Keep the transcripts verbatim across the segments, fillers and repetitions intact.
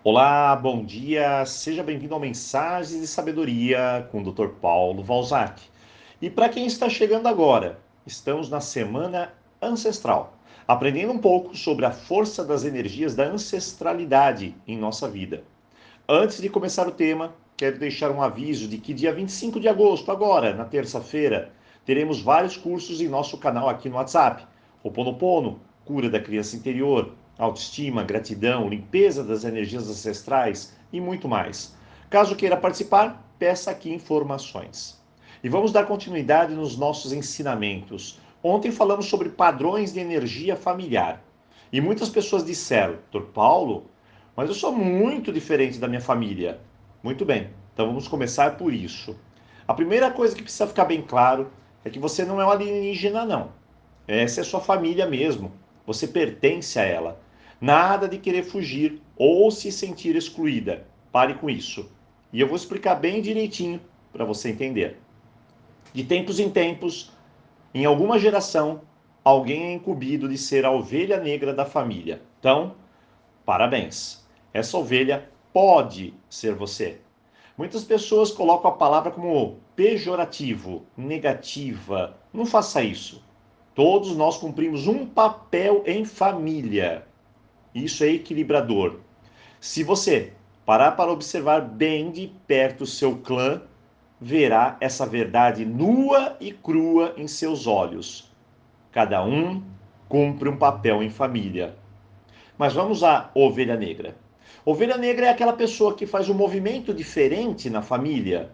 Olá, bom dia, seja bem-vindo ao Mensagens de Sabedoria com o doutor Paulo Valzac. E para quem está chegando agora, estamos na Semana Ancestral, aprendendo um pouco sobre a força das energias da ancestralidade em nossa vida. Antes de começar o tema, quero deixar um aviso de que dia vinte e cinco de agosto, agora, na terça-feira, teremos vários cursos em nosso canal aqui no WhatsApp. Ho'oponopono, cura da criança interior, autoestima, gratidão, limpeza das energias ancestrais e muito mais. Caso queira participar, peça aqui informações. E vamos dar continuidade nos nossos ensinamentos. Ontem falamos sobre padrões de energia familiar. E muitas pessoas disseram, doutor Paulo, mas eu sou muito diferente da minha família. Muito bem, então vamos começar por isso. A primeira coisa que precisa ficar bem claro é que você não é um alienígena, não. Essa é sua família mesmo. Você pertence a ela. Nada de querer fugir ou se sentir excluída. Pare com isso. E eu vou explicar bem direitinho para você entender. De tempos em tempos, em alguma geração, alguém é incumbido de ser a ovelha negra da família. Então, parabéns. Essa ovelha pode ser você. Muitas pessoas colocam a palavra como pejorativo, negativa. Não faça isso. Todos nós cumprimos um papel em família. Isso é equilibrador. Se você parar para observar bem de perto o seu clã, verá essa verdade nua e crua em seus olhos. Cada um cumpre um papel em família. Mas vamos à ovelha negra. Ovelha negra é aquela pessoa que faz um movimento diferente na família.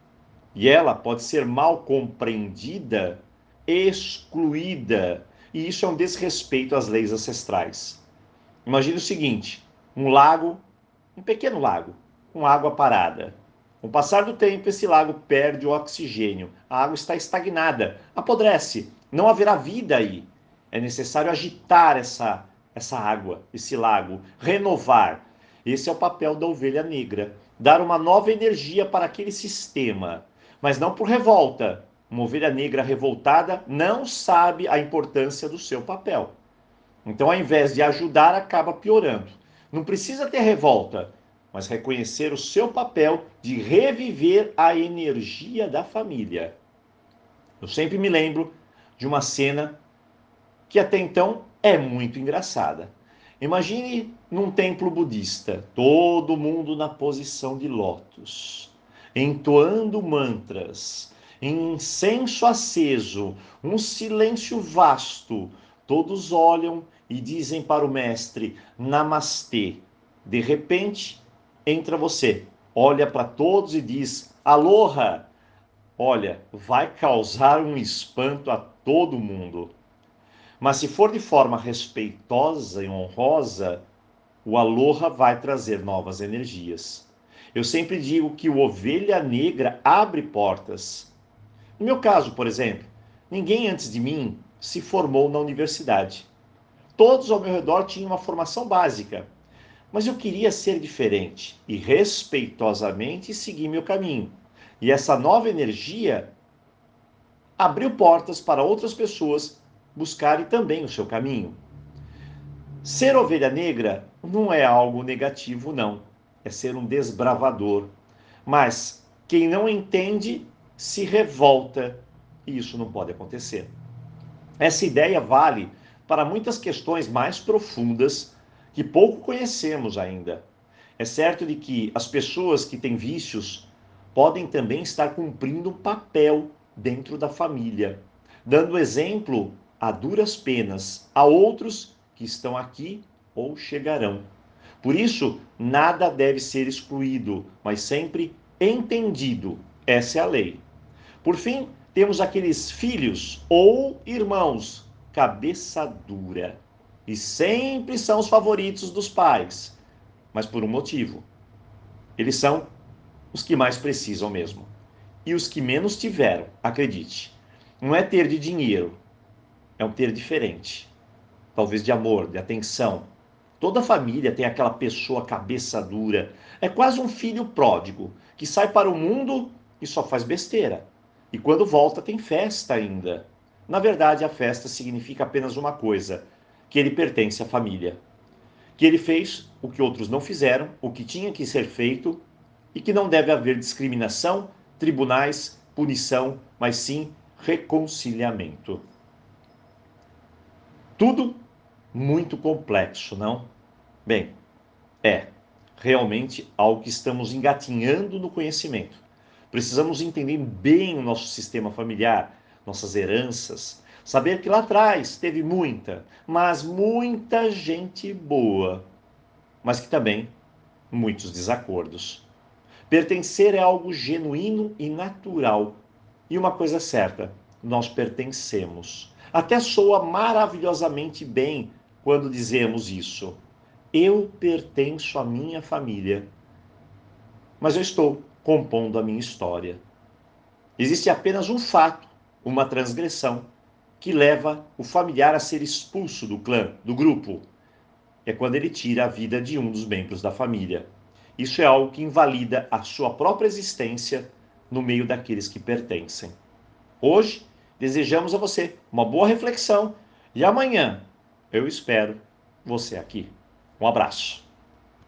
E ela pode ser mal compreendida, excluída. E isso é um desrespeito às leis ancestrais. Imagine o seguinte: um lago, um pequeno lago, com água parada. Com o passar do tempo, esse lago perde o oxigênio. A água está estagnada, apodrece. Não haverá vida aí. É necessário agitar essa, essa água, esse lago, renovar. Esse é o papel da ovelha negra. Dar uma nova energia para aquele sistema. Mas não por revolta. Uma ovelha negra revoltada não sabe a importância do seu papel. Então, ao invés de ajudar, acaba piorando. Não precisa ter revolta, mas reconhecer o seu papel de reviver a energia da família. Eu sempre me lembro de uma cena que até então é muito engraçada. Imagine num templo budista, todo mundo na posição de lótus, entoando mantras, incenso aceso, um silêncio vasto. Todos olham e dizem para o mestre: Namastê. De repente, entra você, olha para todos e diz: Aloha. Olha, vai causar um espanto a todo mundo. Mas se for de forma respeitosa e honrosa, o aloha vai trazer novas energias. Eu sempre digo que o ovelha negra abre portas. No meu caso, por exemplo, ninguém antes de mim se formou na universidade. Todos ao meu redor tinham uma formação básica, mas eu queria ser diferente e respeitosamente seguir meu caminho. E essa nova energia abriu portas para outras pessoas buscarem também o seu caminho. Ser ovelha negra não é algo negativo, não. É ser um desbravador. Mas quem não entende se revolta. E isso não pode acontecer. Essa ideia vale para muitas questões mais profundas que pouco conhecemos ainda. É certo de que as pessoas que têm vícios podem também estar cumprindo um papel dentro da família, dando exemplo a duras penas a outros que estão aqui ou chegarão. Por isso, nada deve ser excluído, mas sempre entendido. Essa é a lei. Por fim, temos aqueles filhos ou irmãos cabeça dura e sempre são os favoritos dos pais, mas por um motivo. Eles são os que mais precisam mesmo. E os que menos tiveram, acredite. Não é ter de dinheiro, é um ter diferente. Talvez de amor, de atenção. Toda família tem aquela pessoa cabeça dura. É quase um filho pródigo, que sai para o mundo e só faz besteira. E quando volta tem festa ainda. Na verdade, a festa significa apenas uma coisa, que ele pertence à família. que ele fez o que outros não fizeram, o que tinha que ser feito e que não deve haver discriminação, tribunais, punição, mas sim reconciliamento. Tudo muito complexo, não? Bem, é realmente algo que estamos engatinhando no conhecimento. Precisamos entender bem o nosso sistema familiar, nossas heranças, saber que lá atrás teve muita, mas muita gente boa, mas que também muitos desacordos. Pertencer é algo genuíno e natural. E uma coisa é certa, nós pertencemos. Até soa maravilhosamente bem quando dizemos isso. Eu pertenço à minha família, mas eu estou compondo a minha história. Existe apenas um fato, uma transgressão, que leva o familiar a ser expulso do clã, do grupo. É quando ele tira a vida de um dos membros da família. Isso é algo que invalida a sua própria existência no meio daqueles que pertencem. Hoje, desejamos a você uma boa reflexão e amanhã eu espero você aqui. Um abraço.